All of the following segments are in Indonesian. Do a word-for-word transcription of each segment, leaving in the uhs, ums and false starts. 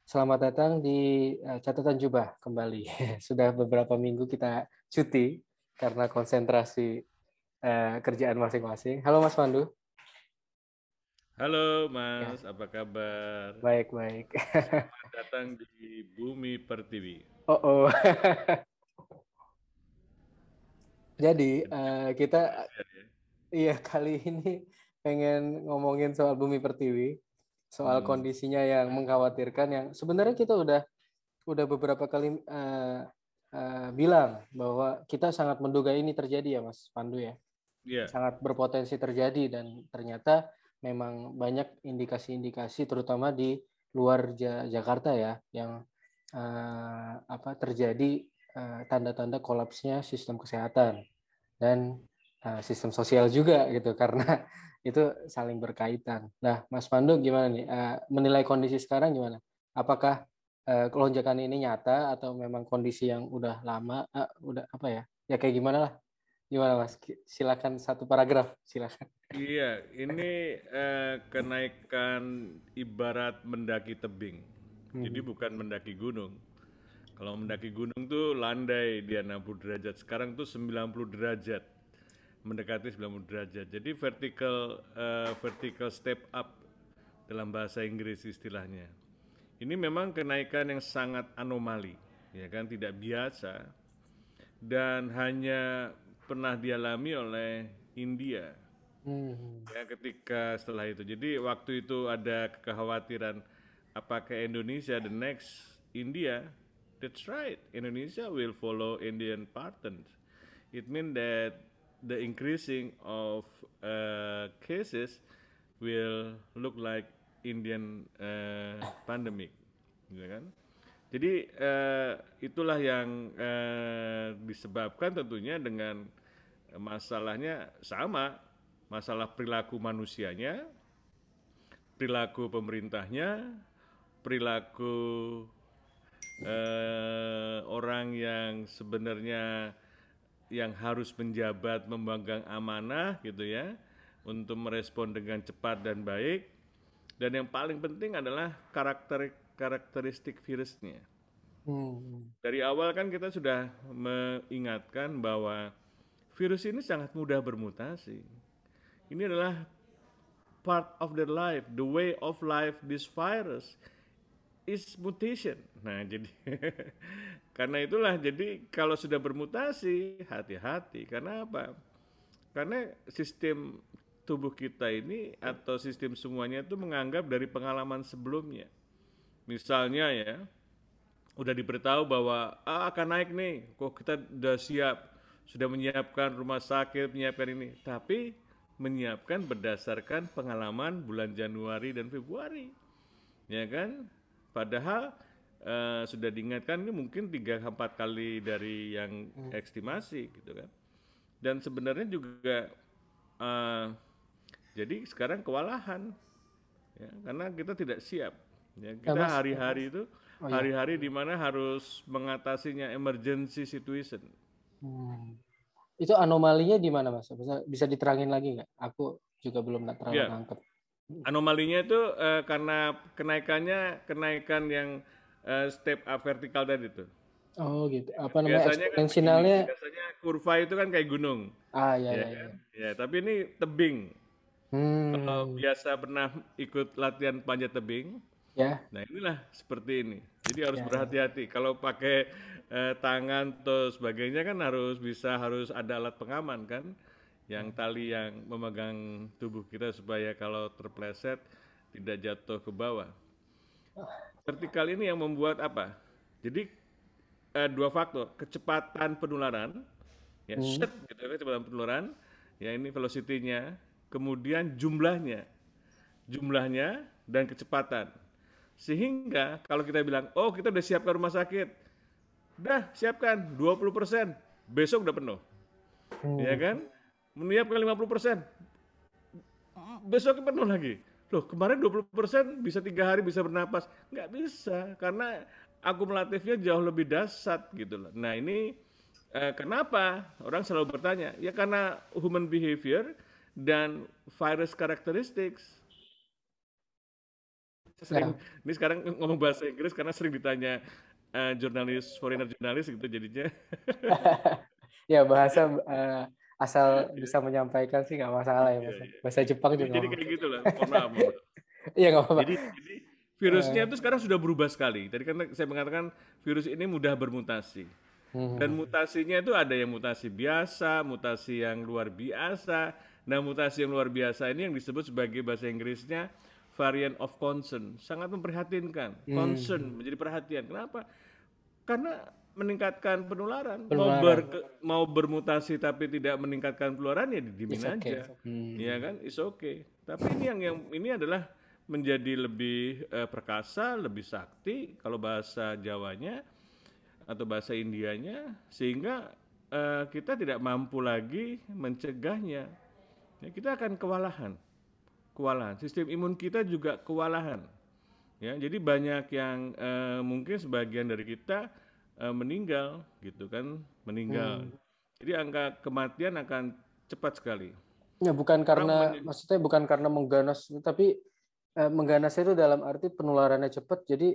Selamat datang di uh, Catatan Jubah kembali. Sudah beberapa minggu kita cuti karena konsentrasi uh, kerjaan masing-masing. Halo Mas Pandu. Halo Ya, Mas, apa kabar? baik-baik. Selamat datang di Bumi Pertiwi. Oh, oh. Jadi uh, kita Indonesia ya. iya kali ini pengen ngomongin soal Bumi Pertiwi, soal Hmm, kondisinya yang mengkhawatirkan yang sebenarnya kita udah udah beberapa kali uh, uh, bilang bahwa kita sangat menduga ini terjadi ya Mas Pandu ya. ya, Sangat berpotensi terjadi dan ternyata memang banyak indikasi-indikasi terutama di luar Jakarta ya yang uh, apa terjadi uh, tanda-tanda kolapsnya sistem kesehatan dan uh, sistem sosial juga gitu karena itu saling berkaitan. Nah, Mas Pandu gimana nih uh, menilai kondisi sekarang gimana? Apakah uh, lonjakan ini nyata atau memang kondisi yang udah lama, uh, udah apa ya? Ya kayak gimana lah? Gimana Mas? Silakan satu paragraf, silakan. iya, ini eh, kenaikan ibarat mendaki tebing. Jadi Hmm. bukan mendaki gunung. Kalau mendaki gunung tuh landai dia enam puluh derajat. Sekarang tuh sembilan puluh derajat. Mendekati sembilan puluh derajat. Jadi vertical eh, vertical step up dalam bahasa Inggris istilahnya. Ini memang kenaikan yang sangat anomali, ya kan, tidak biasa dan hanya pernah dialami oleh India. Hmm. Ya, ketika setelah itu. Jadi waktu itu ada kekhawatiran apakah Indonesia the next India? That's right. Indonesia will follow Indian pattern. It means that the increasing of uh, cases will look like Indian uh, pandemic, gitu kan? Jadi eh, itulah yang eh, disebabkan tentunya dengan masalahnya sama, masalah perilaku manusianya, perilaku pemerintahnya, perilaku eh, orang yang sebenarnya yang harus menjabat memegang amanah gitu ya untuk merespon dengan cepat dan baik, dan yang paling penting adalah karakter karakteristik virusnya. Hmm. Dari awal kan kita sudah mengingatkan bahwa virus ini sangat mudah bermutasi. Ini adalah part of their life, the way of life this virus is mutation. Nah, jadi karena itulah jadi kalau sudah bermutasi hati-hati. Karena apa? Karena sistem tubuh kita ini atau sistem semuanya itu menganggap dari pengalaman sebelumnya. Misalnya ya, udah diberitahu bahwa ah, akan naik nih, kok kita udah siap, sudah menyiapkan rumah sakit, menyiapkan ini, tapi menyiapkan berdasarkan pengalaman bulan Januari dan Februari, ya kan? Padahal eh, sudah diingatkan ini mungkin tiga empat kali dari yang Hmm. estimasi gitu kan. Dan sebenarnya juga eh, jadi sekarang kewalahan, ya, karena kita tidak siap. Ya, Nah, kita Mas, hari-hari itu oh ya. hari-hari di mana harus mengatasinya emergency situation. Hmm. Itu anomalinya di mana Mas? Bisa, bisa diterangin lagi nggak? Aku juga belum terlalu Ya, nangkep. anomalinya itu eh, karena kenaikannya kenaikan yang eh, step up vertikal tadi itu. Oh gitu. Apa namanya Biasanya kan begini, eksponensialnya? biasanya kurva itu kan kayak gunung, Ah ya ya ya kan? ya. Ya, tapi ini tebing. Kalau Hmm. biasa pernah ikut latihan panjat tebing, Ya nah inilah seperti ini. Jadi harus ya ya. berhati-hati. Kalau pakai eh, tangan atau sebagainya kan harus bisa harus ada alat pengaman kan, yang tali yang memegang tubuh kita supaya kalau terpleset tidak jatuh ke bawah. Vertikal ini yang membuat apa? Jadi eh, dua faktor, kecepatan penularan, ya Hmm. set gitu ya, kecepatan penularan, ya ini velocity-nya, kemudian jumlahnya, jumlahnya dan kecepatan. Sehingga kalau kita bilang, oh kita udah siapkan rumah sakit, udah siapkan dua puluh persen, besok udah penuh, ya Hmm. kan? Menyiapkan lima puluh persen, besok penuh lagi. Loh kemarin dua puluh persen bisa tiga hari bisa bernapas. Nggak bisa, karena akumulatifnya jauh lebih dahsyat gitu loh. Nah ini eh, kenapa orang selalu bertanya? Ya karena human behavior dan virus characteristics. Sering Nah, ini sekarang ngomong bahasa Inggris karena sering ditanya eh, jurnalis, foreigner jurnalis gitu jadinya. ya bahasa eh, asal Ya, bisa menyampaikan sih nggak masalah ya iya, Mas. iya, Bahasa iya. Jepang Jadi juga jadi nggak kayak apa-apa. gitu lah. Mohon maaf, mohon maaf. Iya nggak apa-apa. Jadi jadi virusnya Eh, itu sekarang sudah berubah sekali. Tadi kan saya mengatakan virus ini mudah bermutasi. Dan hmm, mutasinya itu ada yang mutasi biasa, mutasi yang luar biasa. Nah, mutasi yang luar biasa ini yang disebut sebagai bahasa Inggrisnya variant of concern. Sangat memprihatinkan. hmm, Concern menjadi perhatian. Kenapa? Karena meningkatkan penularan. Mau penularan. ber, mau bermutasi tapi tidak meningkatkan penularan ya It's didimin okay. aja. Ya Hmm, kan? It's okay. Tapi ini yang yang ini adalah menjadi lebih eh, perkasa, lebih sakti kalau bahasa Jawanya atau bahasa Indianya sehingga eh, kita tidak mampu lagi mencegahnya. Ya, kita akan kewalahan, kewalahan. Sistem imun kita juga kewalahan. Ya, jadi banyak yang eh, mungkin sebagian dari kita eh, meninggal, gitu kan, meninggal. hmm. Jadi angka kematian akan cepat sekali. Ya bukan Orang karena menye- maksudnya bukan karena mengganas tapi eh, mengganasnya itu dalam arti penularannya cepat. Jadi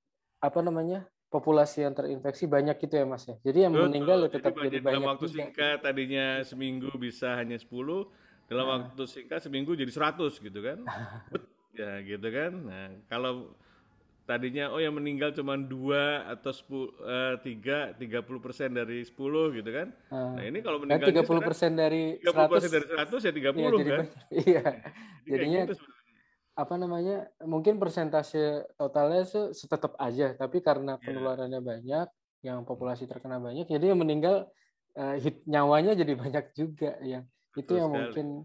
apa namanya populasi yang terinfeksi banyak gitu ya Mas ya. Jadi yang meninggal Betul. ya Jadi tetap jadi banyak dalam banyak waktu juga. singkat tadinya seminggu bisa hanya sepuluh, dalam Nah, waktu singkat seminggu jadi seratus gitu kan. Bet, ya gitu kan. Nah, kalau tadinya oh yang meninggal cuma dua atau sepuluh, eh, tiga, tiga puluh persen dari sepuluh gitu kan. Nah, nah. ini kalau Dan tiga meninggalnya puluh sekarang persen dari tiga puluh persen seratus dari seratus ya tiga ya puluh jadi kan. banyak. Iya. Jadi kayak Jadinya gitu sebenarnya. apa namanya? Mungkin persentase totalnya se- tetap aja, tapi karena Ya. penularannya banyak, yang populasi terkena banyak, jadi yang meninggal eh, hit nyawanya jadi banyak juga ya. Itu Betul yang sekali. mungkin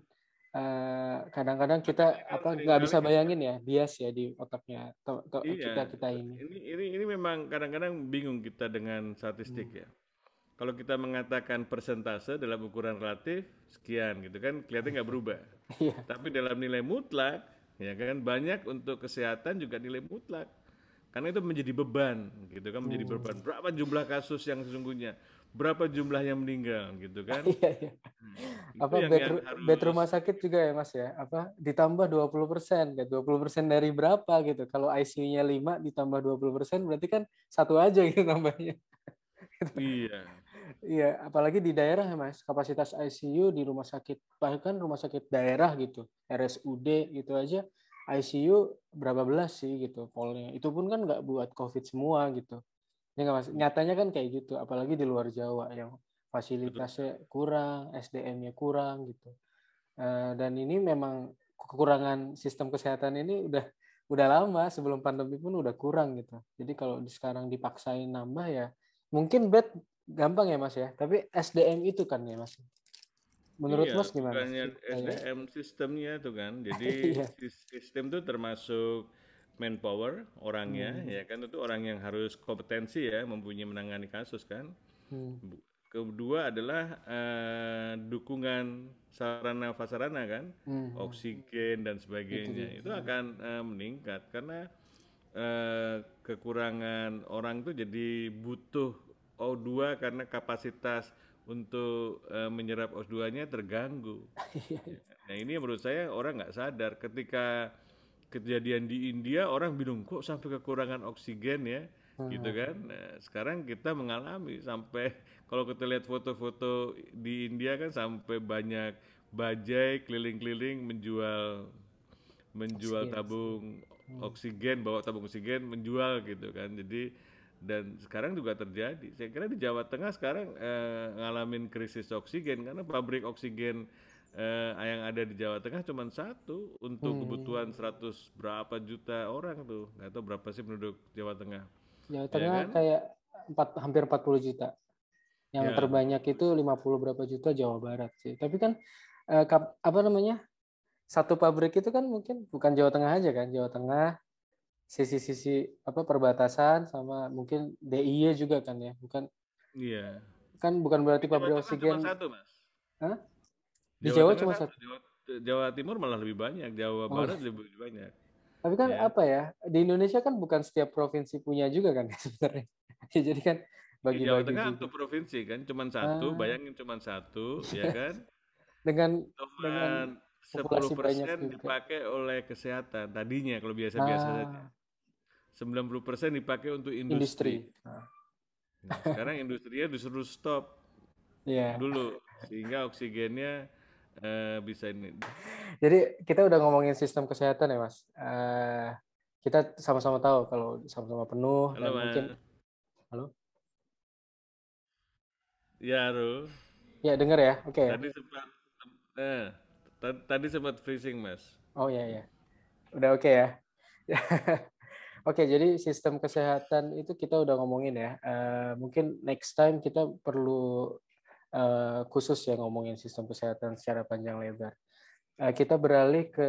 eh, kadang-kadang Tapi ini kita kan apa nggak seringkali bisa bayangin ya bias ya di otaknya to- to- kita iya, kita ini. ini ini ini memang kadang-kadang bingung kita dengan Hmm. statistik ya. Kalau kita mengatakan persentase dalam ukuran relatif sekian gitu kan kelihatan nggak berubah. Iya. Tapi dalam nilai mutlak ya kan banyak untuk kesehatan juga nilai mutlak. Karena itu menjadi beban gitu kan menjadi Hmm. beban. Berapa jumlah kasus yang sesungguhnya? Berapa jumlah yang meninggal gitu kan? Iya, iya. Itu Apa yang bed, yang bed rumah harus sakit juga ya Mas ya? Apa ditambah dua puluh persen, kan? dua puluh persen dari berapa gitu. Kalau I C U-nya lima ditambah dua puluh persen berarti kan satu aja gitu tambahnya. iya, Iya, apalagi di daerah ya Mas, kapasitas I C U di rumah sakit, bahkan rumah sakit daerah gitu, R S U D gitu aja, I C U berapa belas sih gitu polnya. Itu pun kan nggak buat COVID semua gitu. Ya nggak Mas, nyatanya kan kayak gitu, apalagi di luar Jawa yang betul fasilitasnya sekali. kurang, S D M-nya kurang gitu. Eh, dan ini memang kekurangan sistem kesehatan ini udah udah lama sebelum pandemi pun udah kurang gitu. Jadi kalau sekarang dipaksain nambah ya mungkin bed gampang ya Mas ya. Tapi S D M itu kan ya Mas. Menurut Iya, Mas gimana bukannya sih S D kayak M sistemnya itu kan. Jadi iya. sis- sistem itu termasuk manpower orangnya, Hmm, ya kan itu orang yang harus kompetensi ya, mempunyai menangani kasus kan. hmm, Bu- Kedua adalah eh, dukungan sarana prasarana kan, hmm, hmm. oksigen dan Itu sebagainya. dia. Itu Hmm. akan eh, meningkat karena eh, kekurangan orang tuh jadi butuh O dua karena kapasitas untuk eh, menyerap O dua-nya terganggu. Nah ini menurut saya orang nggak sadar ketika kejadian di India orang bingung kok sampai kekurangan oksigen ya gitu Hmm. kan. Nah, sekarang kita mengalami sampai kalau kita lihat foto-foto di India kan sampai banyak bajai keliling-keliling menjual menjual Oksigen. tabung Hmm. oksigen, bawa tabung oksigen menjual gitu kan. Jadi dan sekarang juga terjadi. Saya kira di Jawa Tengah sekarang eh, ngalamin krisis oksigen karena pabrik oksigen eh, yang ada di Jawa Tengah cuma satu untuk Hmm. kebutuhan seratus berapa juta orang tuh. Nggak tahu berapa sih penduduk Jawa Tengah. Jawa Ya Tengah kan? kayak empat, hampir empat puluh juta. Yang Ya, terbanyak itu lima puluh berapa juta Jawa Barat sih. Tapi kan eh, kap- apa namanya? Satu pabrik itu kan mungkin bukan Jawa Tengah aja kan, Jawa Tengah, sisi-sisi apa perbatasan sama mungkin D I Y juga kan ya. Bukan iya. kan bukan berarti Di Jawa pabrik Tengah cuma oksigen. satu, Mas. Hah? Di Jawa Jawa Tengah cuma satu, satu. Jawa, Jawa Timur malah lebih banyak, Jawa Oh Barat iya. lebih banyak. Tapi kan Ya, apa ya? Di Indonesia kan bukan setiap provinsi punya juga kan sebenarnya. Ya, jadi kan di Jawa bagi-bagi Tengah juga. untuk provinsi kan cuma satu, Ah, bayangin cuma satu, ya kan? dengan dengan Cuman populasi banyak sepuluh persen juga. dipakai oleh kesehatan tadinya kalau biasa-biasa saja. Ah, sembilan puluh persen dipakai untuk industri. industri. Ah, Nah, sekarang industrinya disuruh stop iya. dulu sehingga oksigennya eh, bisa ini. Jadi kita udah ngomongin sistem kesehatan ya, Mas. Eh, kita sama-sama tahu kalau sama-sama penuh Halo dan mungkin Mas. halo. Ya, Ru. Ya, dengar ya. Oke ya. Tadi sempat eh ta- tadi sempat freezing, Mas. Oh ya ya. Udah oke ya. Oke, jadi sistem kesehatan itu kita udah ngomongin ya. Eh, mungkin next time kita perlu eh, khusus ya ngomongin sistem kesehatan secara panjang lebar. Eh, kita beralih ke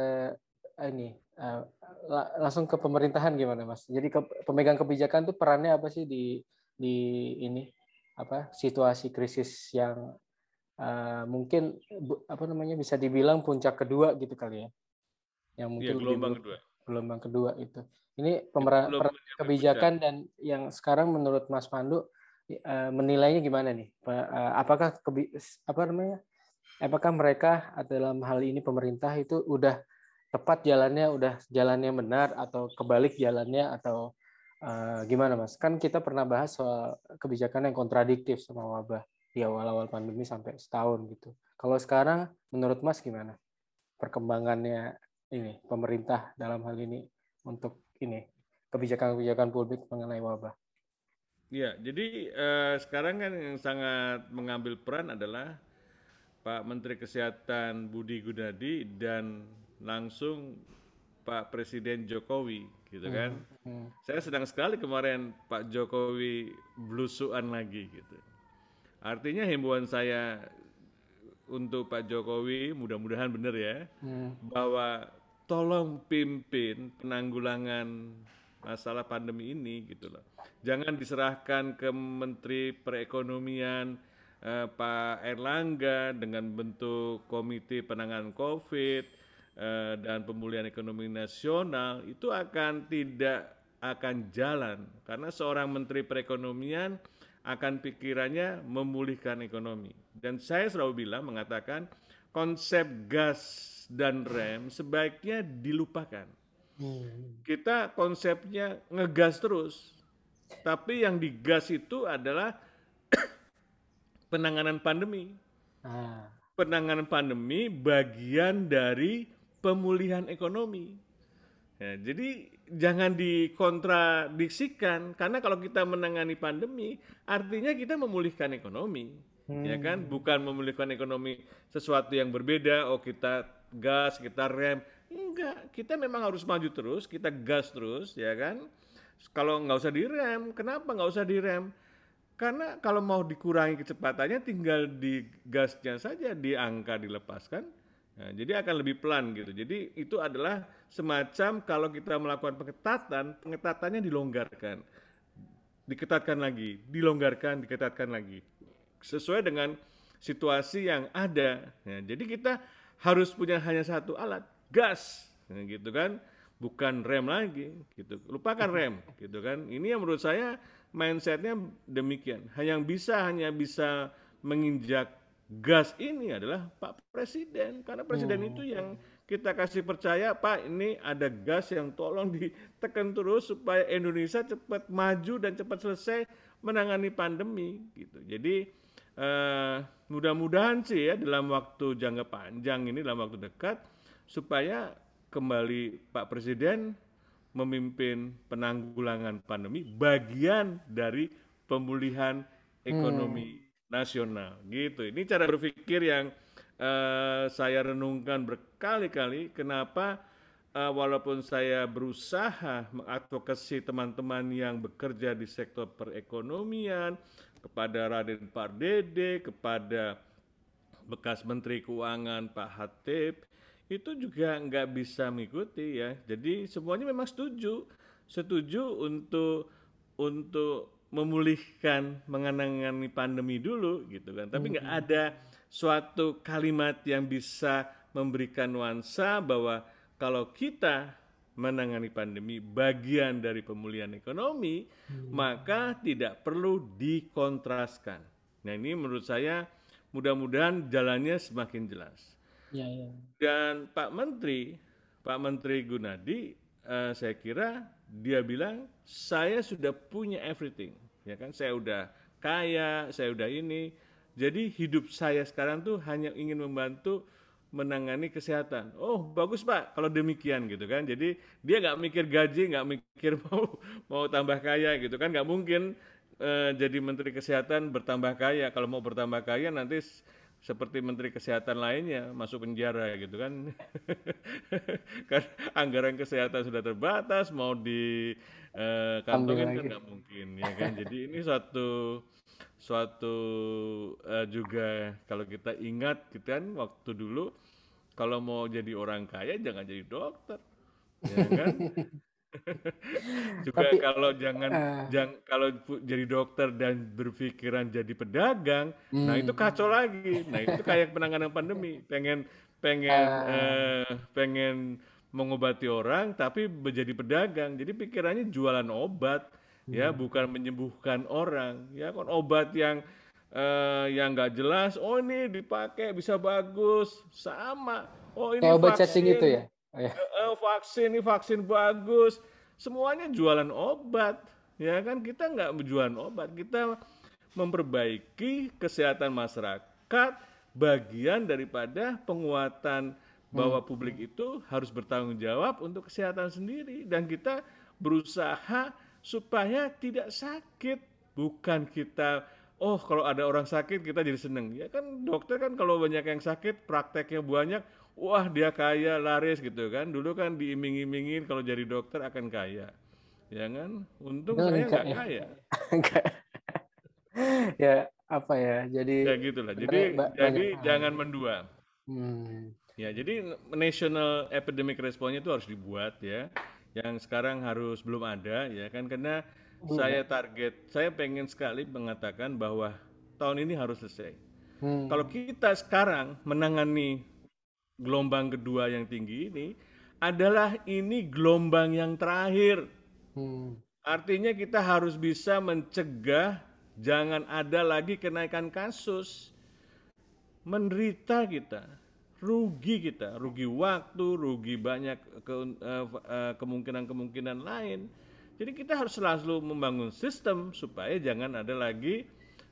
eh, ini eh, la- langsung ke pemerintahan gimana, Mas? Jadi ke, pemegang kebijakan tuh perannya apa sih di di ini apa situasi krisis yang eh, mungkin bu- apa namanya bisa dibilang puncak kedua gitu kali ya, yang Iya, mungkin lebih gelombang buruk kedua. gelombang kedua itu. Ini Itu pemeran belum peran mencapai puncak. kebijakan dan yang sekarang menurut Mas Pandu eh, menilainya gimana nih? Pe- eh, Apakah kebi- apa namanya? Apakah mereka dalam hal ini pemerintah itu udah tepat jalannya, udah jalannya benar atau kebalik jalannya atau eh, gimana, Mas? Kan kita pernah bahas soal kebijakan yang kontradiktif sama wabah di awal-awal pandemi sampai setahun gitu. Kalau sekarang menurut Mas gimana perkembangannya ini pemerintah dalam hal ini untuk ini kebijakan-kebijakan publik mengenai wabah? Iya, jadi eh, sekarang kan yang sangat mengambil peran adalah Pak Menteri Kesehatan Budi Gunadi dan langsung Pak Presiden Jokowi, gitu kan. Hmm, hmm, Saya sedang sekali kemarin Pak Jokowi blusukan lagi gitu. Artinya himbauan saya untuk Pak Jokowi, mudah-mudahan benar ya, hmm, bahwa tolong pimpin penanggulangan masalah pandemi ini gitu loh. Jangan diserahkan ke Menteri Perekonomian eh, Pak Erlangga dengan bentuk Komite Penanganan COVID eh, dan Pemulihan Ekonomi Nasional, itu akan tidak akan jalan karena seorang Menteri Perekonomian akan pikirannya memulihkan ekonomi. Dan saya selalu bilang mengatakan konsep gas dan rem sebaiknya dilupakan. hmm. Kita konsepnya ngegas terus, tapi yang digas itu adalah penanganan pandemi. Ah, Penanganan pandemi bagian dari pemulihan ekonomi. Ya, jadi jangan dikontradiksikan karena kalau kita menangani pandemi artinya kita memulihkan ekonomi, ya kan? hmm. Bukan memulihkan ekonomi sesuatu yang berbeda. Oh kita gas, kita rem, enggak. Kita memang harus maju terus, kita gas terus, ya kan? Kalau nggak usah direm, kenapa nggak usah direm? Karena kalau mau dikurangi kecepatannya tinggal di gasnya saja di angka dilepaskan. Nah, jadi akan lebih pelan gitu. Jadi itu adalah semacam kalau kita melakukan pengetatan, pengetatannya dilonggarkan, diketatkan lagi, dilonggarkan, diketatkan lagi. Sesuai dengan situasi yang ada. Ya, jadi kita harus punya hanya satu alat, gas, ya, gitu kan, bukan rem lagi, gitu. Lupakan rem, gitu kan. Ini yang menurut saya mindsetnya demikian. Yang bisa hanya bisa menginjak gas ini adalah Pak Presiden, karena Presiden itu Hmm. yang kita kasih percaya, Pak ini ada gas yang tolong ditekan terus supaya Indonesia cepat maju dan cepat selesai menangani pandemi gitu. Jadi eh, mudah-mudahan sih ya dalam waktu jangka panjang ini, dalam waktu dekat, supaya kembali Pak Presiden memimpin penanggulangan pandemi bagian dari pemulihan Hmm. ekonomi nasional gitu. Ini cara berpikir yang eh, saya renungkan berkali-kali. Kenapa eh, walaupun saya berusaha mengadvokasi teman-teman yang bekerja di sektor perekonomian, kepada Raden Pardede, kepada bekas Menteri Keuangan Pak Hatip, itu juga nggak bisa mengikuti ya. Jadi semuanya memang setuju, setuju untuk untuk memulihkan mengenangani pandemi dulu gitu kan. Tapi nggak Hmm. ada suatu kalimat yang bisa memberikan nuansa bahwa kalau kita menangani pandemi bagian dari pemulihan ekonomi, Hmm. maka tidak perlu dikontraskan. Nah ini menurut saya mudah-mudahan jalannya semakin jelas. Ya, ya. Dan Pak Menteri, Pak Menteri Gunadi, eh, saya kira dia bilang saya sudah punya everything, ya kan? Saya udah kaya, saya udah ini. Jadi hidup saya sekarang tuh hanya ingin membantu menangani kesehatan. Oh bagus Pak, kalau demikian gitu kan. Jadi dia nggak mikir gaji, nggak mikir mau mau tambah kaya gitu kan. Nggak mungkin eh, jadi Menteri Kesehatan bertambah kaya. Kalau mau bertambah kaya nanti seperti menteri kesehatan lainnya masuk penjara gitu kan. Kan anggaran kesehatan sudah terbatas, mau di eh, Ambil kantongin kan lagi. nggak mungkin ya kan. Jadi ini suatu suatu eh, juga kalau kita ingat gitu kan waktu dulu kalau mau jadi orang kaya jangan jadi dokter ya kan. Juga Tapi kalau jangan eh jang, kalau pu- jadi dokter dan berpikiran jadi pedagang, nah itu hmm, kacau lagi. Nah itu kayak penanganan pandemi, pengen pengen ah, eh, pengen mengobati orang tapi menjadi pedagang. Jadi pikirannya jualan obat, ya hmm. bukan menyembuhkan orang. Ya kan obat yang eh, yang nggak jelas. Oh ini dipakai bisa bagus, sama. Oh ini Kayak obat cacing itu vaksin, ya. Oh, ya. Eh, eh, vaksin ini vaksin bagus, semuanya jualan obat, ya kan kita nggak menjual obat, kita memperbaiki kesehatan masyarakat, bagian daripada penguatan Hmm. bahwa publik itu harus bertanggung jawab untuk kesehatan sendiri dan kita berusaha supaya tidak sakit, bukan kita oh kalau ada orang sakit kita jadi seneng ya kan dokter kan kalau banyak yang sakit prakteknya banyak wah dia kaya laris gitu kan dulu kan diiming-imingin kalau jadi dokter akan kaya ya kan untung Padahal saya enggak nggak ya. kaya Enggak. Ya, apa ya? Jadi ya gitulah sebenarnya jadi ba- jadi banyak hal. jangan mendua Hmm. ya jadi national epidemic response itu harus dibuat ya yang sekarang harus belum ada ya kan karena Belum ya? saya target saya pengen sekali mengatakan bahwa tahun ini harus selesai kalau Hmm. kita sekarang menangani gelombang kedua yang tinggi ini adalah ini gelombang yang terakhir. Hmm. Artinya kita harus bisa mencegah jangan ada lagi kenaikan kasus. Menderita kita, rugi kita, rugi waktu, rugi banyak ke, eh, eh, kemungkinan-kemungkinan lain. Jadi kita harus selalu membangun sistem supaya jangan ada lagi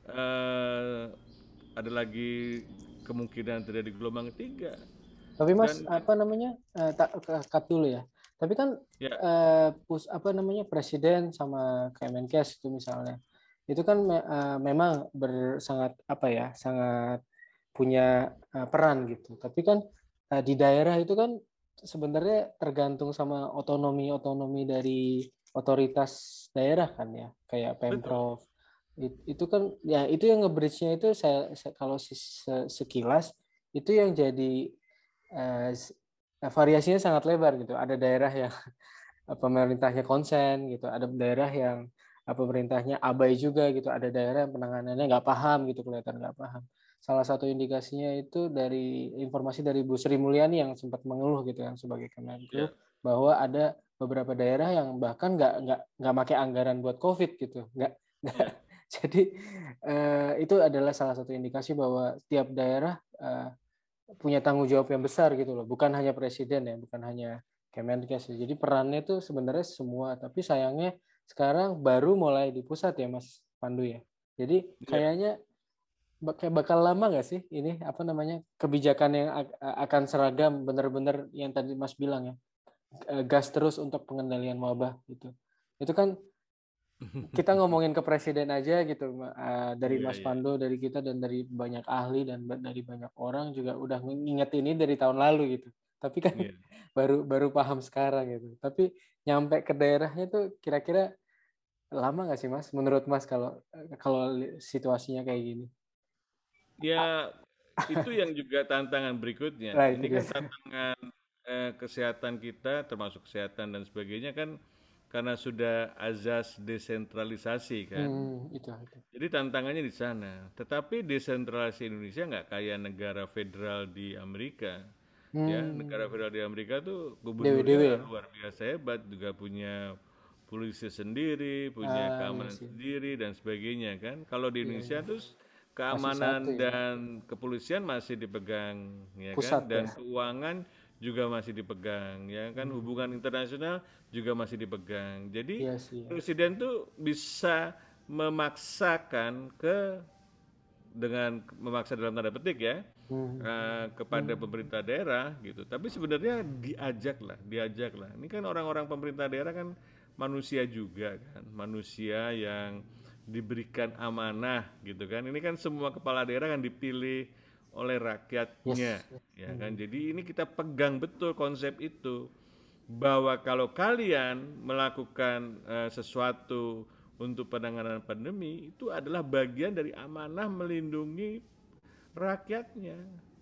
eh, ada lagi kemungkinan terjadi gelombang ketiga. Tapi Mas, Dan apa namanya? Eh, tak cut dulu ya. Tapi kan ya, eh, pus apa namanya presiden sama Kemenkes itu misalnya, itu kan me- eh, memang bersangat apa ya, sangat punya eh, peran gitu. Tapi kan eh, di daerah itu kan sebenarnya tergantung sama otonomi-otonomi dari otoritas daerah kan ya, kayak betul. Pemprov. It- Itu kan ya itu yang nge-bridge-nya itu saya, saya kalau si- se- sekilas itu yang jadi eh, variasinya sangat lebar gitu. Ada daerah yang pemerintahnya konsen gitu, ada daerah yang pemerintahnya abai juga gitu, ada daerah yang penanganannya nggak paham gitu, kelihatan nggak paham. Salah satu indikasinya itu dari informasi dari Bu Sri Mulyani yang sempat mengeluh gitu yang sebagai Kemenlu Ya, bahwa ada beberapa daerah yang bahkan nggak nggak nggak pakai anggaran buat COVID gitu, nggak nggak. ya, Jadi eh, itu adalah salah satu indikasi bahwa tiap daerah eh, punya tanggung jawab yang besar gitu loh. Bukan hanya presiden ya, bukan hanya Kemenkes. Jadi perannya itu sebenarnya semua, tapi sayangnya sekarang baru mulai di pusat ya Mas Pandu ya. Jadi ya. kayaknya kayak bakal lama nggak sih ini apa namanya kebijakan yang akan seragam benar-benar yang tadi Mas bilang ya, gas terus untuk pengendalian wabah gitu. Itu kan kita ngomongin ke presiden aja gitu, uh, dari Iya, Mas iya, Pando, dari kita dan dari banyak ahli dan dari banyak orang juga udah nginget ini dari tahun lalu gitu. Tapi kan iya. baru baru paham sekarang gitu. Tapi nyampe ke daerahnya tuh kira-kira lama nggak sih Mas? Menurut Mas kalau kalau situasinya kayak gini? Ya, itu yang juga tantangan berikutnya. Nah itu Ini dia. kan tantangan eh, kesehatan kita, termasuk kesehatan dan sebagainya kan karena sudah azas desentralisasi kan. Hmm, itu itu. Jadi tantangannya di sana. Tetapi desentralisasi Indonesia nggak kayak negara federal di Amerika. Ya, negara Hmm, federal di Amerika tuh Dewi-Dewi gubernurnya ya. luar biasa hebat, juga punya polisi sendiri, punya Ah iya keamanan sih. sendiri dan sebagainya kan. Kalau di Iya Indonesia iya. tuh keamanan ya. dan kepolisian masih dipegang, ya kan, Pusat dan ya. keuangan juga masih dipegang, ya kan, Hmm. hubungan internasional juga masih dipegang. Jadi Iya sih. Ya. presiden tuh bisa memaksakan ke dengan memaksa dalam tanda petik ya Hmm. eh, kepada pemerintah daerah gitu. Tapi sebenarnya diajak lah, diajak lah. Ini kan orang-orang pemerintah daerah kan manusia juga kan, manusia yang diberikan amanah gitu kan. Ini kan semua kepala daerah kan dipilih oleh rakyatnya, Yes. ya kan. Hmm. Jadi ini kita pegang betul konsep itu bahwa kalau kalian melakukan eh, sesuatu untuk penanganan pandemi itu adalah bagian dari amanah melindungi rakyatnya.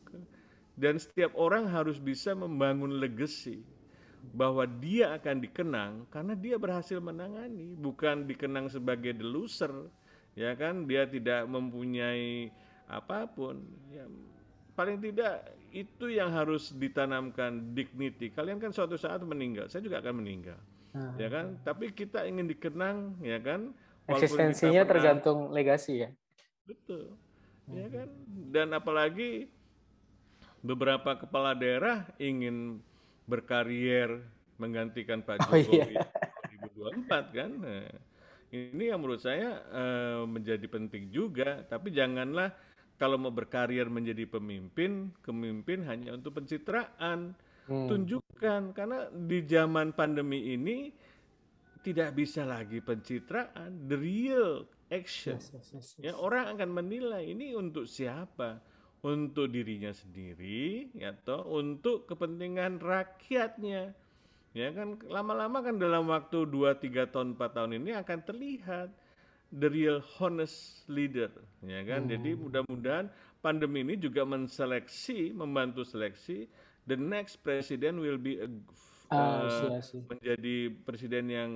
Dan setiap orang harus bisa membangun legacy bahwa dia akan dikenang karena dia berhasil menangani, bukan dikenang sebagai the loser, ya kan? Dia tidak mempunyai apapun. Ya, paling tidak itu yang harus ditanamkan dignity. Kalian kan suatu saat meninggal, saya juga akan meninggal, Nah, ya kan? Tapi kita ingin dikenang, ya kan? Walaupun kita eksistensinya pernah tergantung legasi ya. betul, ya Hmm. kan? Dan apalagi beberapa kepala daerah ingin berkarier menggantikan Pak Oh iya. Jokowi dua ribu dua puluh empat kan. Nah, ini yang menurut saya eh, menjadi penting juga, tapi janganlah kalau mau berkarier menjadi pemimpin, pemimpin hanya untuk pencitraan. Hmm. Tunjukkan karena di zaman pandemi ini tidak bisa lagi pencitraan, the real action. Yes, yes, yes, Ya, yes. orang akan menilai ini untuk siapa? Untuk dirinya sendiri, ya toh, untuk kepentingan rakyatnya. Ya kan, lama-lama kan dalam waktu dua tiga tahun, empat tahun ini akan terlihat the real honest leader, ya kan? Jadi Hmm. mudah-mudahan pandemi ini juga menseleksi, membantu seleksi the next president will be a, Ah, uh, iya sih. menjadi presiden yang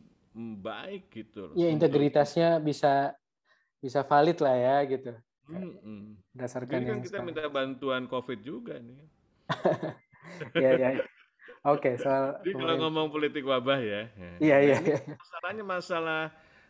baik gitu loh Ya untuk integritasnya bisa bisa valid lah ya gitu. mm-mm. Berdasarkan Jadi kan yang kita sekarang. minta bantuan COVID juga nih. Ya ya. Oke, soal Jadi kalau pemerintah. ngomong politik wabah ya, Iya nah iya ini iya. masalahnya masalah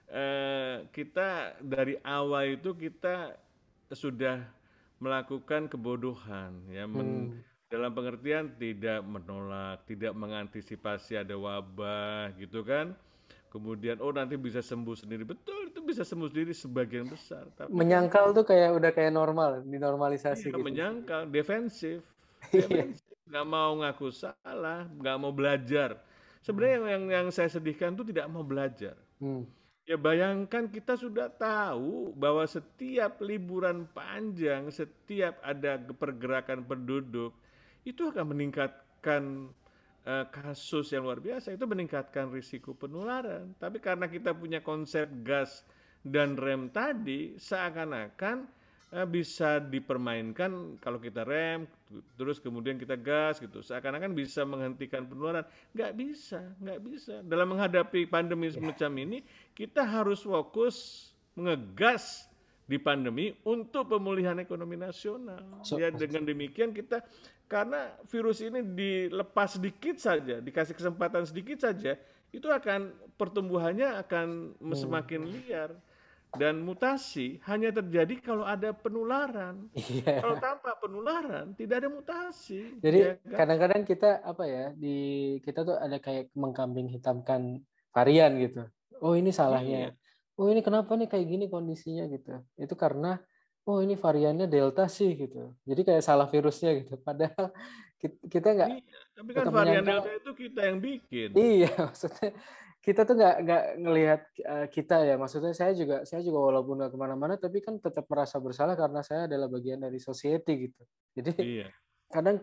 eh, kita dari awal itu kita sudah melakukan kebodohan ya men- Hmm. dalam pengertian tidak menolak, tidak mengantisipasi ada wabah gitu kan. Kemudian oh nanti bisa sembuh sendiri. Betul itu bisa sembuh sendiri sebagian besar, tapi kan Menyangkal tuh kayak udah kayak normal, dinormalisasi iya gitu. menyangkal, defensif, Iya. defensif, nggak mau ngaku salah, nggak mau belajar. Sebenarnya yang, yang yang saya sedihkan itu tidak mau belajar. Hmm. Ya bayangkan kita sudah tahu bahwa setiap liburan panjang, setiap ada pergerakan penduduk, itu akan meningkatkan eh, kasus yang luar biasa, itu meningkatkan risiko penularan. Tapi karena kita punya konsep gas dan rem tadi, seakan-akan eh, bisa dipermainkan kalau kita rem, terus kemudian kita gas gitu, seakan-akan bisa menghentikan penularan. Nggak bisa, nggak bisa. Dalam menghadapi pandemi Ya. semacam ini, kita harus fokus mengegas di pandemi untuk pemulihan ekonomi nasional. Masuk, Ya masuk. dengan demikian kita karena virus ini dilepas sedikit saja, dikasih kesempatan sedikit saja, itu akan pertumbuhannya akan Hmm. semakin liar dan mutasi hanya terjadi kalau ada penularan. Kalau Iya. tanpa penularan tidak ada mutasi, Jadi ya kan? kadang-kadang kita apa ya di kita tuh ada kayak mengkambing hitamkan varian gitu. Oh ini salahnya. Iya, Oh ini kenapa nih kayak gini kondisinya gitu. Itu karena oh ini variannya Delta sih gitu. Jadi kayak salah virusnya gitu. Padahal kit- kita nggak iya. Tapi kan tetap varian menyangkal. Delta itu kita yang bikin. Iya, maksudnya kita tuh nggak nggak ngelihat eh, kita ya. Maksudnya saya juga saya juga walaupun nggak kemana-mana, tapi kan tetap merasa bersalah karena saya adalah bagian dari society gitu. Jadi Iya, kadang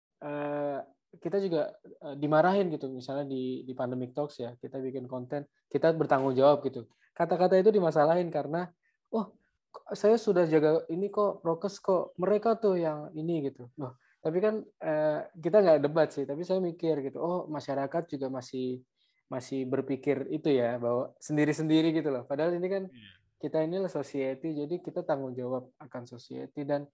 eh, kita juga eh, dimarahin gitu, misalnya di di pandemic talks ya, kita bikin konten, kita bertanggung jawab gitu. Kata-kata itu dimasalahin karena, oh saya sudah jaga ini kok prokes kok, mereka tuh yang ini gitu. Loh, tapi kan eh, kita nggak debat sih, tapi saya mikir gitu, oh masyarakat juga masih masih berpikir itu ya bahwa sendiri-sendiri gitu loh. Padahal ini kan kita inilah society, jadi kita tanggung jawab akan society dan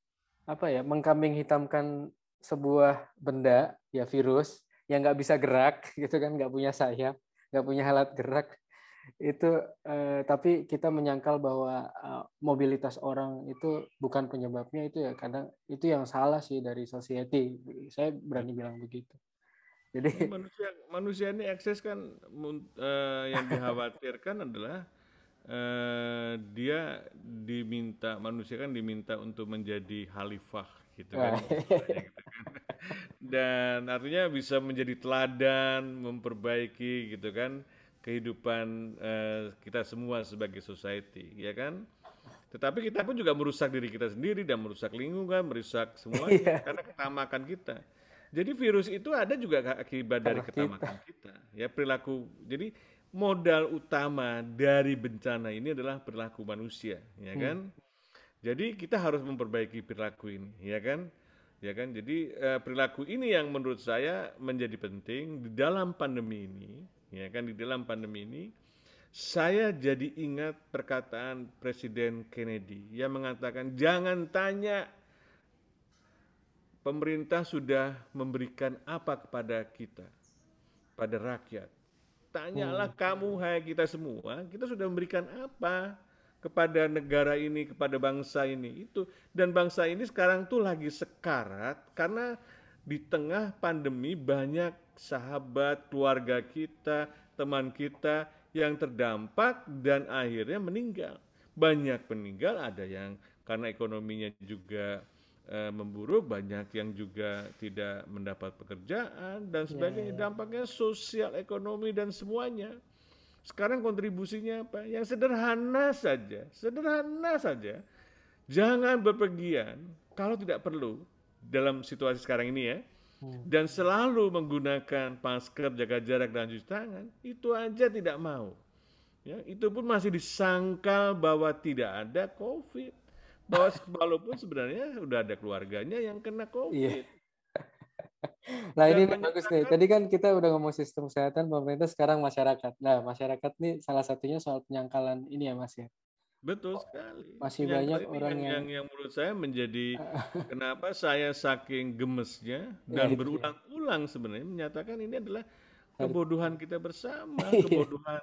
apa ya mengkambing hitamkan sebuah benda ya virus yang nggak bisa gerak gitu kan, nggak punya sayap, nggak punya alat gerak, itu eh, tapi kita menyangkal bahwa eh, mobilitas orang itu bukan penyebabnya, itu ya kadang itu yang salah sih dari society. Saya berani bilang begitu. Jadi Ini manusia manusia ini ekses kan mun- eh, yang dikhawatirkan adalah eh, dia diminta manusia kan diminta untuk menjadi khalifah gitu kan nah, istilahnya gitu kan. Dan artinya bisa menjadi teladan, memperbaiki gitu kan kehidupan eh, kita semua sebagai society, ya kan? Tetapi kita pun juga merusak diri kita sendiri dan merusak lingkungan, merusak semuanya iya, karena ketamakan kita. Jadi virus itu ada juga akibat dari karena kita. ketamakan kita, ya perilaku. Jadi modal utama dari bencana ini adalah perilaku manusia, ya Hmm. kan? Jadi kita harus memperbaiki perilaku ini, ya kan? Ya kan? Jadi eh, perilaku ini yang menurut saya menjadi penting di dalam pandemi ini, ya kan? Di dalam pandemi ini saya jadi ingat perkataan Presiden Kennedy yang mengatakan jangan tanya pemerintah sudah memberikan apa kepada kita, pada rakyat. Tanyalah Hmm. kamu, hai kita semua, kita sudah memberikan apa kepada negara ini, kepada bangsa ini. Itu dan bangsa ini sekarang tuh lagi sekarat karena di tengah pandemi banyak sahabat, keluarga kita, teman kita yang terdampak dan akhirnya meninggal. Banyak meninggal, ada yang karena ekonominya juga eh, memburuk, banyak yang juga tidak mendapat pekerjaan dan Ya, sebagainya. ya. Dampaknya sosial, ekonomi dan semuanya. Sekarang kontribusinya apa? Yang sederhana saja, sederhana saja. Jangan berpergian kalau tidak perlu dalam situasi sekarang ini ya. Hmm. Dan selalu menggunakan masker, jaga jarak dan cuci tangan, itu aja tidak mau. Ya, itu pun masih disangkal bahwa tidak ada COVID. Bahwa walaupun sebenarnya sudah ada keluarganya yang kena Iya. COVID. Nah ini Dan nih bagus nih. menyatakan Tadi kan kita udah ngomong sistem kesehatan, pemerintah, sekarang masyarakat. Nah masyarakat nih salah satunya soal penyangkalan ini ya Mas ya. betul sekali. Masih banyak Penyangkal ini orang yang yang yang yang menurut saya menjadi kenapa saya saking gemesnya ya dan itu dia. berulang-ulang sebenarnya menyatakan ini adalah Herd- kebodohan kita bersama, Iya, kebodohan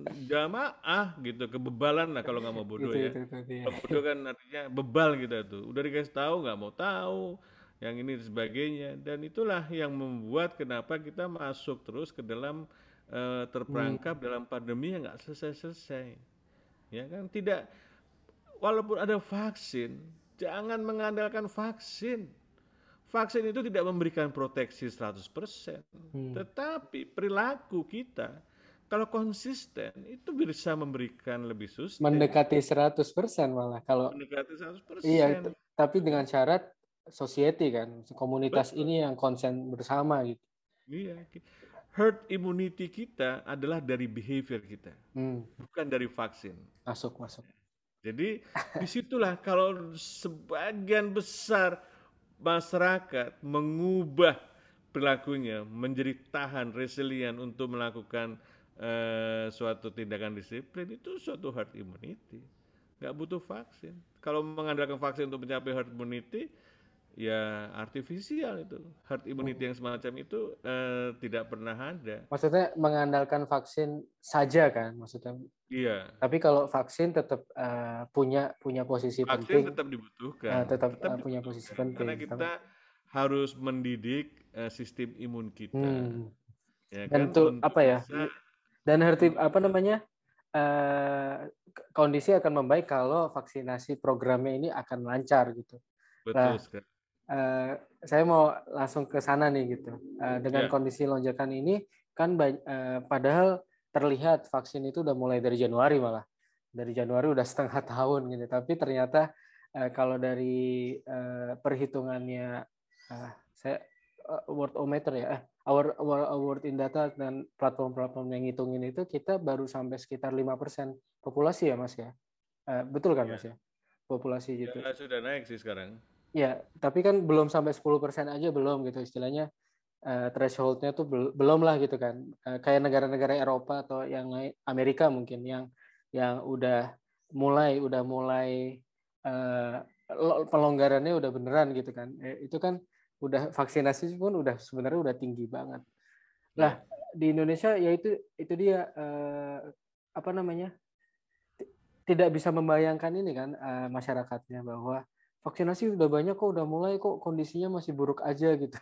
jamaah gitu, kebebalan lah kalau nggak mau bodoh itu ya. itu itu dia. Kalau bodoh kan artinya bebal kita tuh. Udah dikasih tahu nggak mau tahu, yang ini dan sebagainya. Dan itulah yang membuat kenapa kita masuk terus ke dalam eh, Hmm. terperangkap dalam pandemi yang nggak selesai-selesai. Ya kan tidak walaupun ada vaksin, jangan mengandalkan vaksin. Vaksin itu tidak memberikan proteksi seratus persen, Hmm. tetapi perilaku kita kalau konsisten itu bisa memberikan lebih sustain, Mendekati seratus persen malah kalau mendekati seratus iya persen. t- tapi Ya kan? dengan syarat society kan, komunitas Betul. ini yang konsen bersama gitu. Iya. Herd immunity kita adalah dari behavior kita, Hmm. bukan dari vaksin. Masuk masuk. Jadi disitulah kalau sebagian besar masyarakat mengubah perilakunya menjadi tahan, resilient untuk melakukan eh, suatu tindakan disiplin itu suatu herd immunity. Nggak butuh vaksin. Kalau mengandalkan vaksin untuk mencapai herd immunity, ya artifisial itu. Herd Hmm. immunity yang semacam itu eh, tidak pernah ada. Maksudnya mengandalkan vaksin saja kan maksudnya. Iya, Tapi kalau vaksin tetap eh, punya punya posisi vaksin penting, tetap eh, dibutuhkan, tetap tetap eh, punya posisi dibutuhkan karena penting. kita harus mendidik eh, sistem imun kita, Hmm. ya Dan kan, itu untuk apa ya? bisa Dan hertib untuk apa namanya? eh, kondisi akan membaik kalau vaksinasi programnya ini akan lancar gitu. betul Nah, sekali. eh, saya mau langsung ke sana nih gitu. Eh, dengan Ya, kondisi lonjakan ini kan ba- eh, padahal terlihat vaksin itu udah mulai dari Januari malah. Dari Januari udah setengah tahun gitu. Tapi ternyata eh, kalau dari eh, perhitungannya eh, saya eh, Worldometer ya, eh, our, our, our in data dan platform-platform yang ngitungin itu kita baru sampai sekitar lima persen populasi ya Mas ya. Eh, betul kan ya, Mas ya? Populasi gitu. ya sudah naik sih sekarang. Ya, tapi kan belum sampai sepuluh persen aja belum gitu istilahnya eh, threshold-nya tuh bel- belum lah gitu kan. Eh, kayak negara-negara Eropa atau yang lain, Amerika mungkin yang yang udah mulai udah mulai eh, lo- pelonggarannya udah beneran gitu kan. Eh, itu kan udah vaksinasi pun udah sebenarnya udah tinggi banget. Lah Ya, di Indonesia ya itu itu dia eh, apa namanya ti- tidak bisa membayangkan ini kan uh, masyarakatnya bahwa vaksinasi udah banyak kok, udah mulai kok kondisinya masih buruk aja gitu.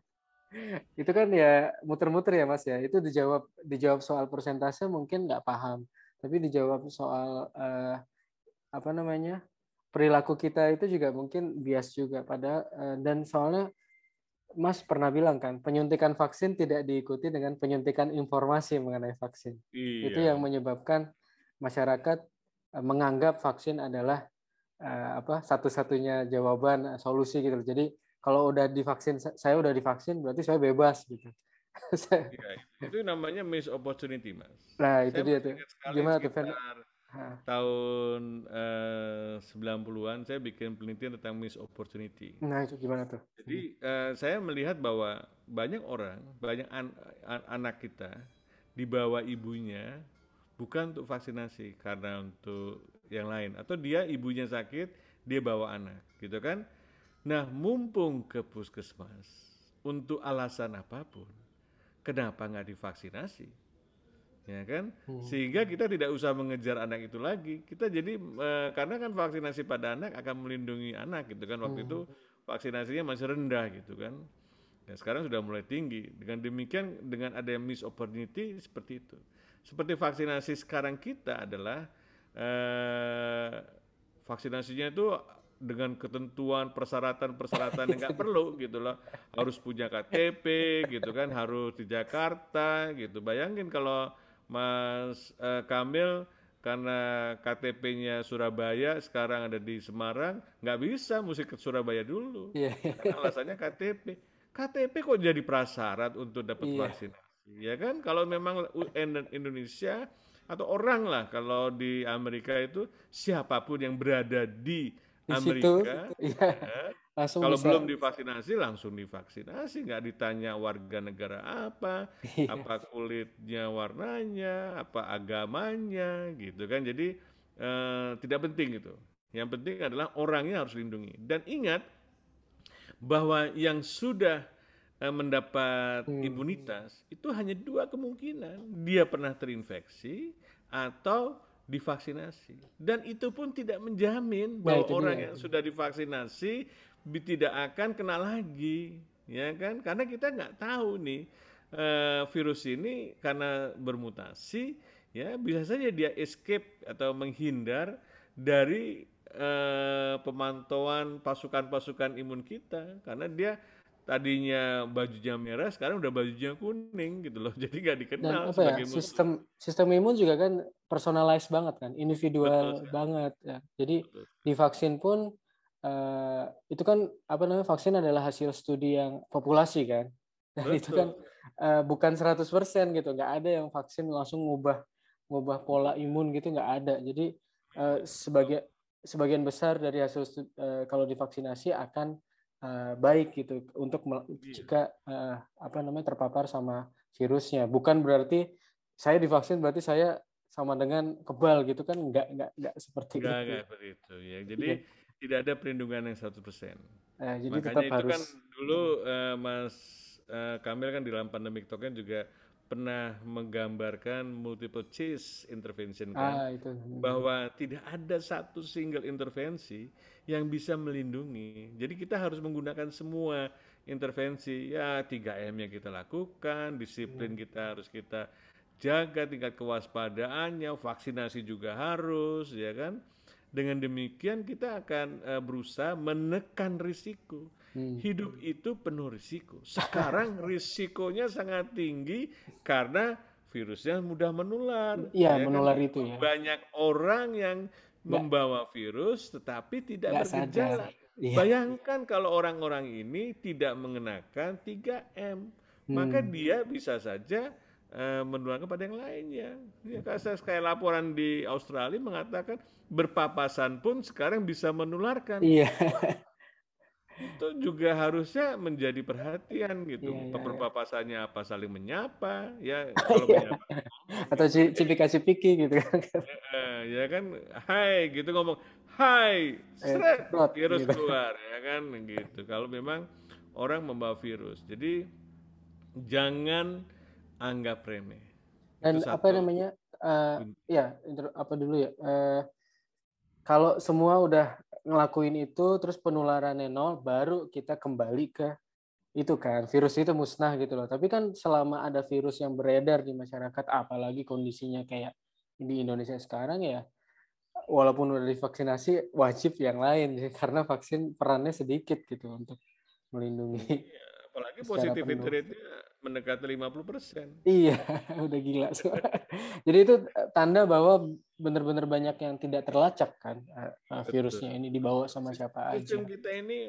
Itu kan ya muter-muter ya Mas ya. Itu dijawab dijawab soal persentase mungkin nggak paham, tapi dijawab soal uh, apa namanya perilaku kita itu juga mungkin bias juga pada uh, dan soalnya Mas pernah bilang kan, penyuntikan vaksin tidak diikuti dengan penyuntikan informasi mengenai vaksin. Itu yang Iya, menyebabkan masyarakat eh, menganggap vaksin adalah eh, apa satu-satunya jawaban eh, solusi gitu. Jadi kalau udah divaksin, saya udah divaksin berarti saya bebas gitu. iya. Itu namanya miss opportunity, Mas. Nah itu Saya dia masih tuh. ingat sekali Gimana tuh, Fen? sekitar tahun eh, sembilan puluhan saya bikin penelitian tentang miss opportunity. Nah itu gimana tuh? Jadi eh, saya melihat bahwa banyak orang, banyak an- an- anak kita dibawa ibunya bukan untuk vaksinasi karena untuk yang lain atau dia ibunya sakit dia bawa anak gitu kan. Nah, mumpung ke puskesmas untuk alasan apapun, kenapa nggak divaksinasi? Ya kan? Hmm. Sehingga kita tidak usah mengejar anak itu lagi. Kita jadi eh, karena kan vaksinasi pada anak akan melindungi anak gitu kan. Waktu itu Hmm. vaksinasinya masih rendah gitu kan. Dan sekarang sudah mulai tinggi. Dengan demikian dengan ada miss opportunity seperti itu. Seperti vaksinasi sekarang kita adalah eh, vaksinasinya itu dengan ketentuan persyaratan-persyaratan yang nggak perlu gitu loh, harus punya K T P gitu kan, harus di Jakarta gitu. Bayangin kalau Mas eh, Kamil karena K T P-nya Surabaya sekarang ada di Semarang, nggak bisa mesti ke Surabaya dulu. Iya. Karena alasannya K T P. K T P kok jadi prasyarat untuk dapat Iya. vaksinasi, ya kan? Kalau memang U N dan Indonesia atau orang lah kalau di Amerika itu siapapun yang berada di Di situ, Amerika, iya ya, langsung kalau bisa. belum divaksinasi langsung divaksinasi, nggak ditanya warga negara apa, Iya. apa kulitnya warnanya, apa agamanya, gitu kan. Jadi eh, tidak penting itu. Yang penting adalah orangnya harus dilindungi. Dan ingat bahwa yang sudah eh, mendapat Hmm. imunitas itu hanya dua kemungkinan. Dia pernah terinfeksi atau divaksinasi. Dan itu pun tidak menjamin Nah bahwa itu dia. orang yang sudah divaksinasi bi- tidak akan kena lagi, ya kan? Karena kita nggak tahu nih eh, virus ini karena bermutasi, ya bisa saja dia escape atau menghindar dari eh, pemantauan pasukan-pasukan imun kita karena dia tadinya bajunya merah sekarang udah bajunya kuning gitu loh jadi nggak Dan dikenal apa ya sebagai musuh. sistem sistem imun juga kan personalized banget kan, Betul individual sekali, banget ya. Jadi betul di sekali. vaksin pun eh, itu kan apa namanya vaksin adalah hasil studi yang populasi kan, dan itu kan Betul. eh, bukan seratus persen gitu, nggak ada yang vaksin langsung ngubah ngubah pola imun gitu nggak ada. Jadi eh, Iya, betul. sebagai sebagian besar dari hasil studi, eh, kalau divaksinasi akan eh, baik gitu untuk mel- Iya. jika eh, apa namanya terpapar sama virusnya. Bukan berarti saya divaksin berarti saya sama dengan kebal gitu kan, nggak nggak nggak seperti Enggak, itu. enggak seperti itu ya. Jadi Iya. tidak ada perlindungan yang seratus persen. Nah, jadi Makanya tetap itu harus. kan dulu eh, Mas eh, Kamil kan di dalam pandemic talk kan juga pernah menggambarkan multiple choice intervention kan, Ah itu. Hmm. bahwa tidak ada satu single intervensi yang bisa melindungi. Jadi kita harus menggunakan semua intervensi. Ya tiga M yang kita lakukan, disiplin kita harus kita jaga tingkat kewaspadaannya, vaksinasi juga harus, ya kan? Dengan demikian kita akan eh, berusaha menekan risiko. Hmm. Hidup itu penuh risiko. Sekarang risikonya sangat tinggi karena virusnya mudah menular, Iya ya kan? menular itu ya. Banyak orang yang Nggak membawa virus tetapi tidak nggak sadar. bergejala. Iya. Bayangkan kalau orang-orang ini tidak mengenakan tiga M, maka Hmm. dia bisa saja eh, menularkan kepada yang lainnya. Ya, kayak kayak laporan di Australia mengatakan berpapasan pun sekarang bisa menularkan. Iya. Itu juga harusnya menjadi perhatian Iya gitu. iya iya. Berpapasannya apa saling menyapa, ya kalau Iya. menyapa ngomong Atau gitu. ci- Hey, cipika-cipiki gitu kan. eh, ya kan, hai gitu ngomong, hai, Eh, seret, ceprot virus gitu. keluar, ya kan gitu. Kalau memang orang membawa virus, jadi jangan anggap remeh. Itu Dan apa satu. namanya uh, ya inter, apa dulu ya? Uh, kalau semua udah ngelakuin itu, terus penularannya nol, baru kita kembali ke itu kan, virus itu musnah gitu loh. Tapi kan selama ada virus yang beredar di masyarakat, apalagi kondisinya kayak di Indonesia sekarang ya, walaupun udah divaksinasi, wajib yang lain ya, karena vaksin perannya sedikit gitu untuk melindungi Iya, apalagi secara positivity penuh. rate-nya mendekati lima puluh persen. Iya, udah gila. Jadi itu tanda bahwa benar-benar banyak yang tidak terlacak kan, virusnya ini dibawa sama siapa Sistem aja. kita ini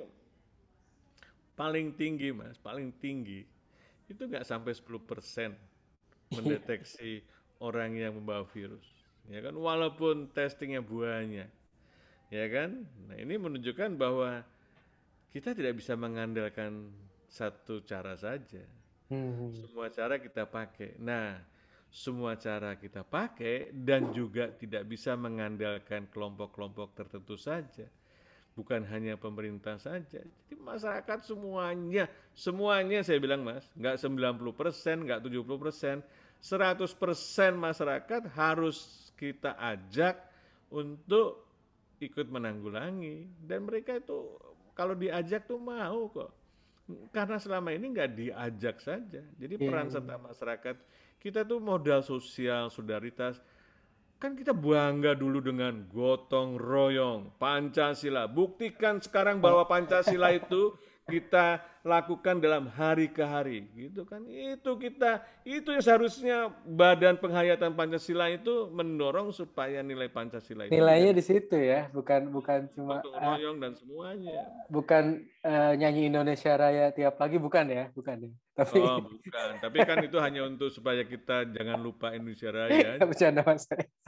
paling tinggi, Mas, paling tinggi. Itu nggak sampai sepuluh persen mendeteksi orang yang membawa virus. Ya kan, walaupun testingnya banyak. Ya kan? Nah, ini menunjukkan bahwa kita tidak bisa mengandalkan satu cara saja. Hmm. Semua cara kita pakai. Nah, semua cara kita pakai dan juga tidak bisa mengandalkan kelompok-kelompok tertentu saja. Bukan hanya pemerintah saja. Jadi masyarakat semuanya, semuanya saya bilang Mas, nggak sembilan puluh persen, nggak tujuh puluh persen, seratus persen masyarakat harus kita ajak untuk ikut menanggulangi. Dan mereka itu kalau diajak tuh mau kok. Karena selama ini nggak diajak saja. Jadi Yeah. peran serta masyarakat, kita tuh modal sosial, solidaritas. Kan kita bangga dulu dengan gotong royong, Pancasila. Buktikan sekarang bahwa Pancasila itu kita lakukan dalam hari ke hari, gitu kan? Itu kita, itu yang seharusnya Badan Penghayatan Pancasila itu mendorong supaya nilai Pancasila itu Nilainya menjadi di situ ya, bukan bukan cuma gotong uh, royong dan semuanya. bukan uh, nyanyi Indonesia Raya tiap pagi, bukan ya, bukan ya. Tapi Oh, bukan. Tapi kan itu hanya untuk supaya kita jangan lupa Indonesia Raya aja. bercanda mas.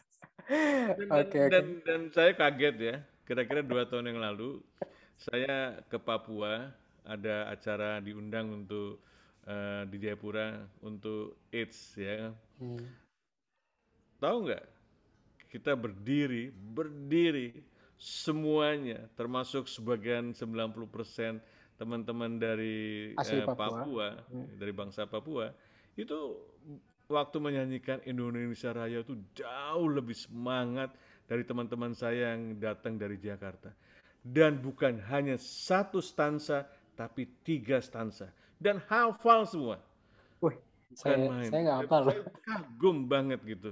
Dan, dan, Oke oke. dan, dan saya kaget ya, kira-kira dua tahun yang lalu, saya ke Papua, ada acara diundang untuk uh, di Jayapura untuk AIDS ya. Hmm. Tahu nggak? Kita berdiri, berdiri semuanya, termasuk sebagian sembilan puluh persen teman-teman dari Asli eh, Papua. Papua, Hmm. dari bangsa Papua, itu waktu menyanyikan Indonesia Raya itu jauh lebih semangat dari teman-teman saya yang datang dari Jakarta. Dan bukan hanya satu stansa, tapi tiga stansa. Dan hafal semua. Wih, Bukan saya main. saya nggak Dan hafal loh. saya kagum banget gitu.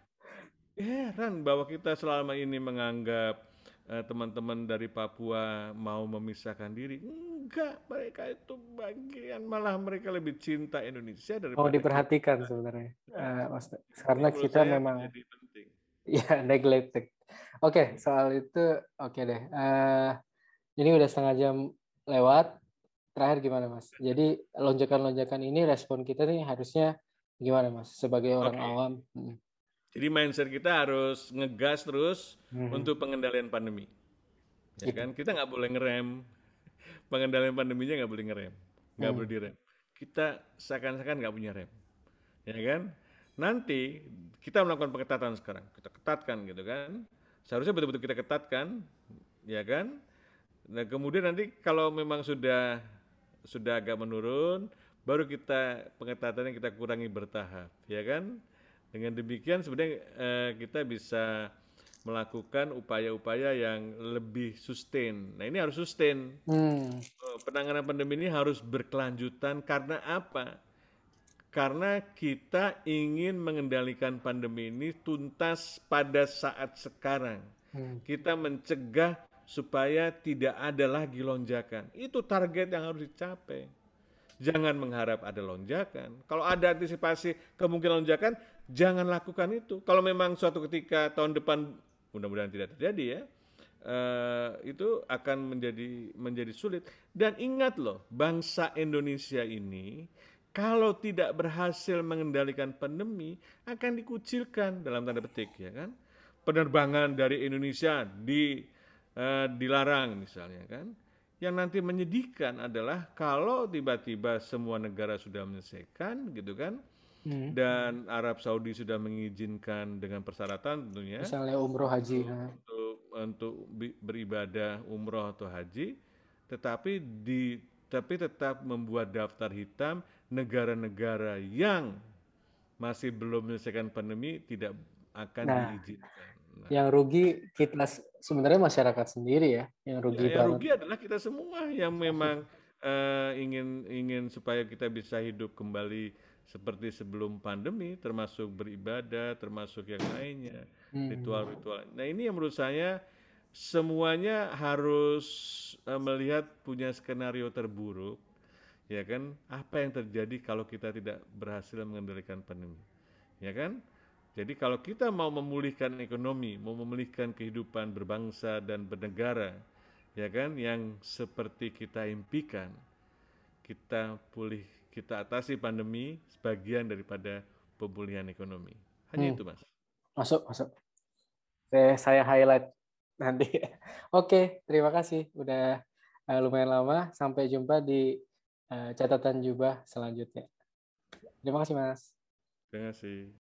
Heran bahwa kita selama ini menganggap eh, teman-teman dari Papua mau memisahkan diri. Enggak, mereka itu bagian, malah mereka lebih cinta Indonesia Mau daripada kita. diperhatikan sebenarnya, uh, mas, Ini karena menurut kita saya memang menjadi penting. ya neglected. Oke, soal itu oke deh. Uh, ini udah setengah jam lewat. Terakhir gimana mas? Jadi lonjakan-lonjakan ini respon kita nih harusnya gimana mas? Sebagai orang Oke, awam. Hmm. jadi mindset kita harus ngegas terus Hmm. untuk pengendalian pandemi. Ya Itu. kan, kita nggak boleh ngerem. Pengendalian pandeminya nggak boleh ngerem, nggak Hmm. boleh direm. Kita seakan-akan nggak punya rem. Ya kan? Nanti kita melakukan pengetatan sekarang, kita ketatkan gitu kan. Seharusnya betul-betul kita ketatkan, ya kan? Nah, kemudian nanti kalau memang sudah sudah agak menurun, baru kita pengetatannya kita kurangi bertahap, ya kan? Dengan demikian sebenarnya eh, kita bisa melakukan upaya-upaya yang lebih sustain. Nah, ini harus sustain. Hmm. Eh, Penanganan pandemi ini harus berkelanjutan karena apa? Karena kita ingin mengendalikan pandemi ini tuntas pada saat sekarang. Hmm. Kita mencegah supaya tidak ada lagi lonjakan. Itu target yang harus dicapai. Jangan mengharap ada lonjakan. Kalau ada antisipasi kemungkinan lonjakan, jangan lakukan itu. Kalau memang suatu ketika tahun depan, mudah-mudahan tidak terjadi ya, eh, itu akan menjadi menjadi sulit. Dan ingat loh, bangsa Indonesia ini kalau tidak berhasil mengendalikan pandemi akan dikucilkan dalam tanda petik ya kan. Penerbangan dari Indonesia di eh, dilarang misalnya kan. Yang nanti menyedihkan adalah kalau tiba-tiba semua negara sudah menyelesaikan gitu kan, Hmm. dan Arab Saudi sudah mengizinkan dengan persyaratan tentunya Misalnya umroh haji. untuk Nah. untuk, untuk beribadah umroh atau haji, tetapi di tapi tetap membuat daftar hitam negara-negara yang masih belum menyelesaikan pandemi tidak akan Nah, diizinkan. Nah, yang rugi kita sebenarnya masyarakat sendiri ya, yang ya, rugi yang banget. rugi adalah kita semua yang memang uh, ingin ingin supaya kita bisa hidup kembali seperti sebelum pandemi, termasuk beribadah, termasuk yang lainnya, Hmm. ritual-ritual. Nah, ini yang menurut saya semuanya harus uh, melihat punya skenario terburuk, ya kan? Apa yang terjadi kalau kita tidak berhasil mengendalikan pandemi, ya kan? Jadi kalau kita mau memulihkan ekonomi, mau memulihkan kehidupan berbangsa dan bernegara, ya kan, yang seperti kita impikan, kita pulih, kita atasi pandemi sebagian daripada pemulihan ekonomi. Hanya Hmm. itu, Mas. Masuk, masuk. Saya, saya highlight nanti. Oke, terima kasih. Udah uh, lumayan lama. Sampai jumpa di uh, catatan Jubah selanjutnya. Terima kasih, Mas. Terima kasih.